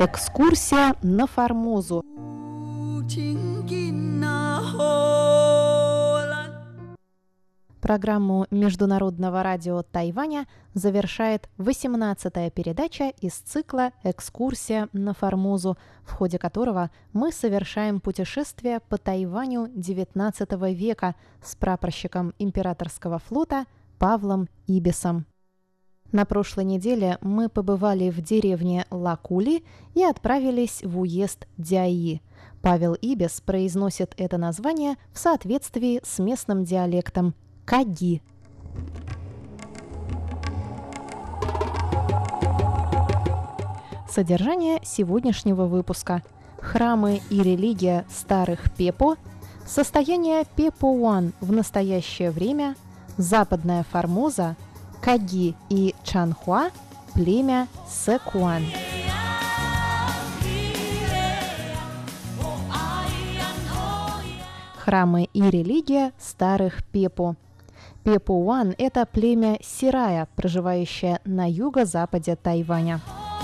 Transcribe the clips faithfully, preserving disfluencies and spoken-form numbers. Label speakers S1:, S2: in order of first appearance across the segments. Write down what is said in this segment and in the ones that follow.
S1: Экскурсия на Формозу. Программу Международного радио Тайваня завершает восемнадцатая передача из цикла «Экскурсия на Формозу», в ходе которого мы совершаем путешествие по Тайваню девятнадцатого века с прапорщиком императорского флота Павлом Ибисом. На прошлой неделе мы побывали в деревне Лакули и отправились в уезд Дяи. Павел Ибис произносит это название в соответствии с местным диалектом Каги. Содержание сегодняшнего выпуска: храмы и религия старых Пепо, состояние Пепо-Уан в настоящее время, западная Формоза, Каги и Чанхуа, племя Секуан. Храмы и религия старых Пепо. Пепо-Уан – это племя Сирая, проживающее на юго-западе Тайваня.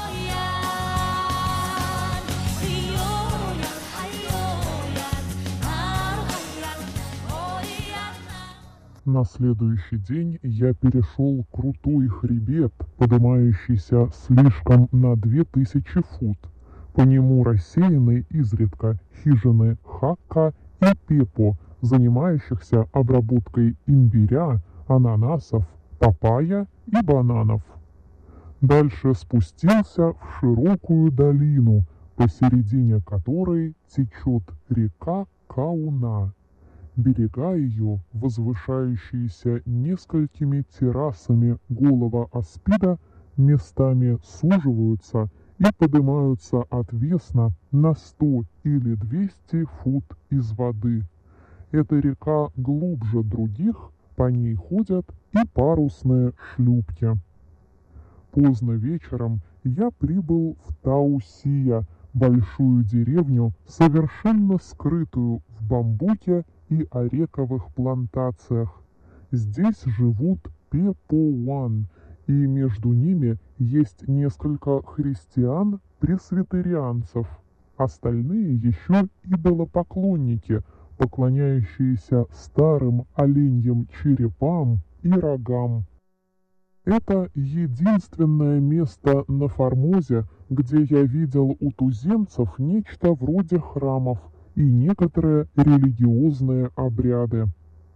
S2: На следующий день я перешел крутой хребет, поднимающийся слишком на две тысячи фут. По нему рассеяны изредка хижины Хакка и Пепо, занимающихся обработкой имбиря, ананасов, папайя и бананов. Дальше спустился в широкую долину, посередине которой течет река Кауна. Берега ее, возвышающиеся несколькими террасами голого аспида, местами суживаются и поднимаются отвесно на сто или двести фут из воды. Эта река глубже других, по ней ходят и парусные шлюпки. Поздно вечером я прибыл в Таусия, большую деревню, совершенно скрытую в бамбуке и орековых плантациях. Здесь живут Пепо-Уан, и между ними есть несколько христиан-пресвитерианцев. Остальные еще идолопоклонники, поклоняющиеся старым оленьим черепам и рогам. Это единственное место на Формозе, где я видел у туземцев нечто вроде храмов и некоторые религиозные обряды.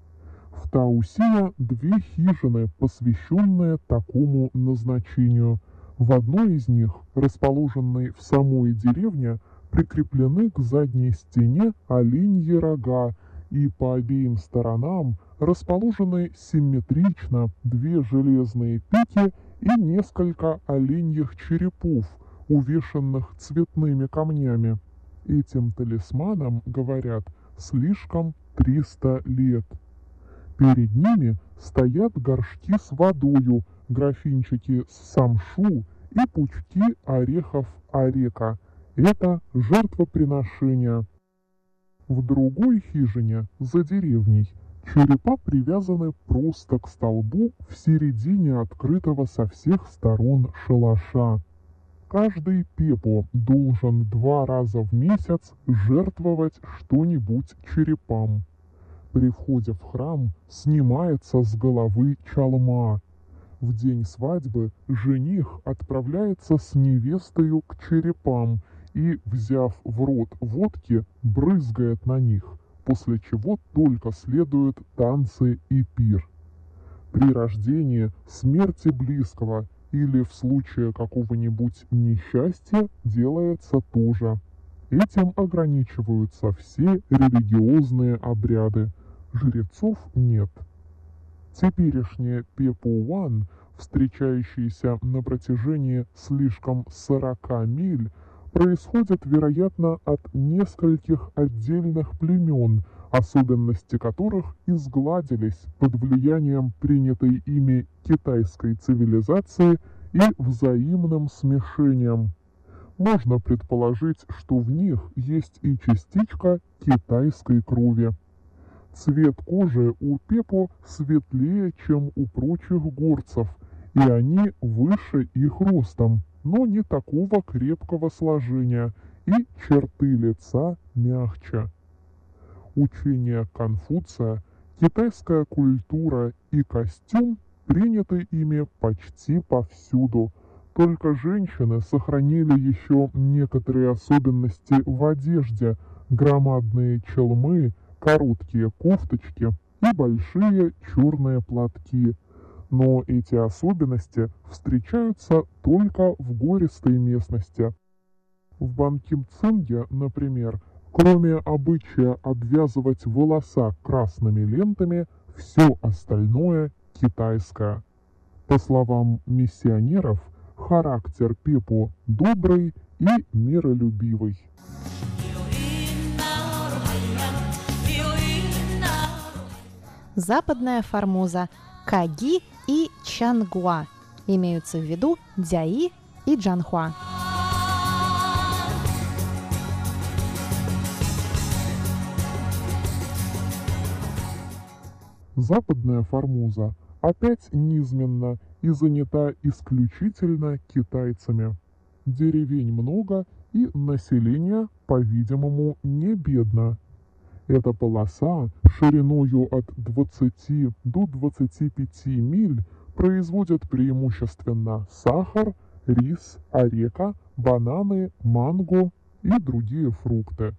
S2: В Таусия две хижины, посвященные такому назначению. В одной из них, расположенной в самой деревне, прикреплены к задней стене оленьи рога, и по обеим сторонам расположены симметрично две железные пики и несколько оленьих черепов, увешанных цветными камнями. Этим талисманам, говорят, слишком триста лет. Перед ними стоят горшки с водою, графинчики с самшу и пучки орехов орека. Это жертвоприношение. В другой хижине, за деревней, черепа привязаны просто к столбу в середине открытого со всех сторон шалаша. Каждый Пепо должен два раза в месяц жертвовать что-нибудь черепам. При входе в храм снимается с головы чалма. В день свадьбы жених отправляется с невестою к черепам и, взяв в рот водки, брызгает на них, после чего только следуют танцы и пир. При рождении, смерти близкого или в случае какого-нибудь несчастья делается то же. Этим ограничиваются все религиозные обряды. Жрецов нет. Теперешние Пепо-Уан, встречающиеся на протяжении слишком сорока миль, происходят, вероятно, от нескольких отдельных племен, особенности которых изгладились под влиянием принятой ими китайской цивилизации и взаимным смешением. Можно предположить, что в них есть и частичка китайской крови. Цвет кожи у Пепо светлее, чем у прочих горцев, и они выше их ростом, но не такого крепкого сложения, и черты лица мягче. Учение Конфуция, китайская культура и костюм приняты ими почти повсюду, только женщины сохранили еще некоторые особенности в одежде: громадные челмы, короткие кофточки и большие черные платки. Но эти особенности встречаются только в гористой местности. В Банким-Цинге, например, кроме обычая обвязывать волоса красными лентами, все остальное китайское. По словам миссионеров, характер Пепо добрый и миролюбивый.
S1: Западная Формоза, Каги и Чангуа. Имеются в виду Дзяи и Джанхуа.
S2: Западная Формоза опять низменна и занята исключительно китайцами. Деревень много, и население, по-видимому, не бедно. Эта полоса шириною от двадцати до двадцати пяти миль производит преимущественно сахар, рис, орека, бананы, манго и другие фрукты.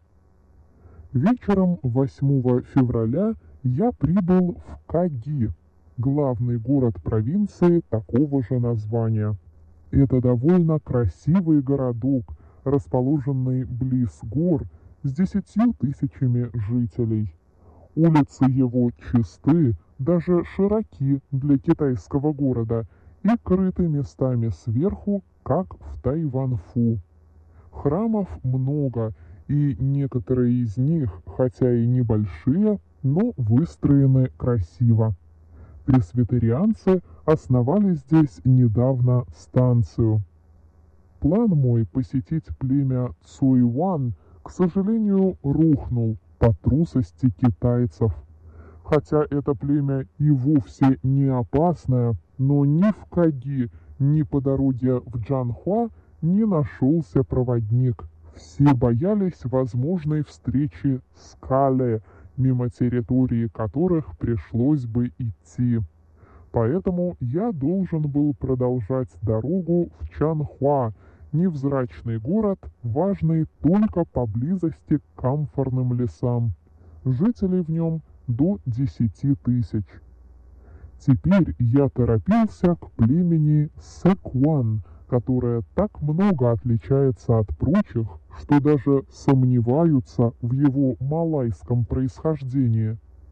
S2: Вечером восьмого февраля я прибыл в Каги, главный город провинции такого же названия. Это довольно красивый городок, расположенный близ гор, с десятью тысячами жителей. Улицы его чисты, даже широки для китайского города и крыты местами сверху, как в Тайваньфу. Храмов много, и некоторые из них, хотя и небольшие, но выстроены красиво. Пресвитерианцы основали здесь недавно станцию. План мой посетить племя Цуйван, к сожалению, рухнул по трусости китайцев. Хотя это племя и вовсе не опасное, но ни в Каги, ни по дороге в Джанхуа не нашелся проводник. Все боялись возможной встречи с Кале, мимо территории которых пришлось бы идти. Поэтому я должен был продолжать дорогу в Чанхуа, невзрачный город, важный только поблизости к камфорным лесам. Жителей в нем до десяти тысяч. Теперь я торопился к племени Сэкуан, которое так много отличается от прочих, что даже сомневаются в его малайском происхождении.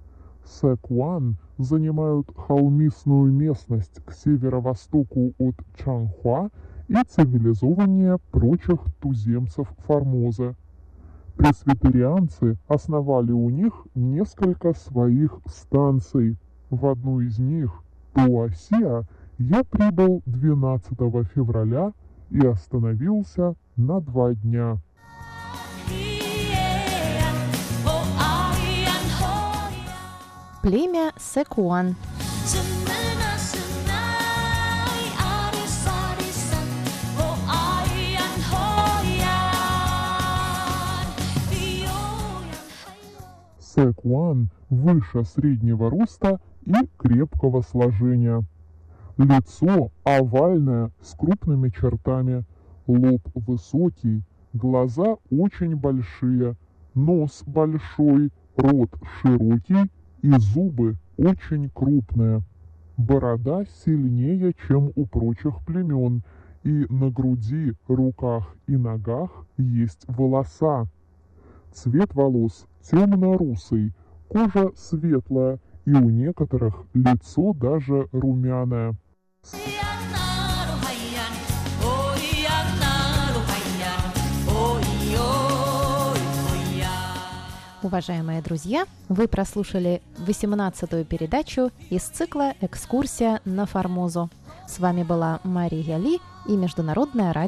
S2: Сэкуан занимают холмистую местность к северо-востоку от Чанхуа и цивилизованнее прочих туземцев Формозы. Пресвитерианцы основали у них несколько своих станций. В одну из них, Туасиа, я прибыл двенадцатого февраля и остановился на два дня.
S1: Племя Сэкуан.
S2: Сэкуан выше среднего роста и крепкого сложения. Лицо овальное, с крупными чертами, лоб высокий, глаза очень большие, нос большой, рот широкий и зубы очень крупные. Борода сильнее, чем у прочих племен, и на груди, руках и ногах есть волоса. Цвет волос темно-русый, кожа светлая, и у некоторых лицо даже румяное.
S1: Уважаемые друзья, вы прослушали восемнадцатую передачу из цикла «Экскурсия на Формозу». С вами была Мария Ли и Международное радио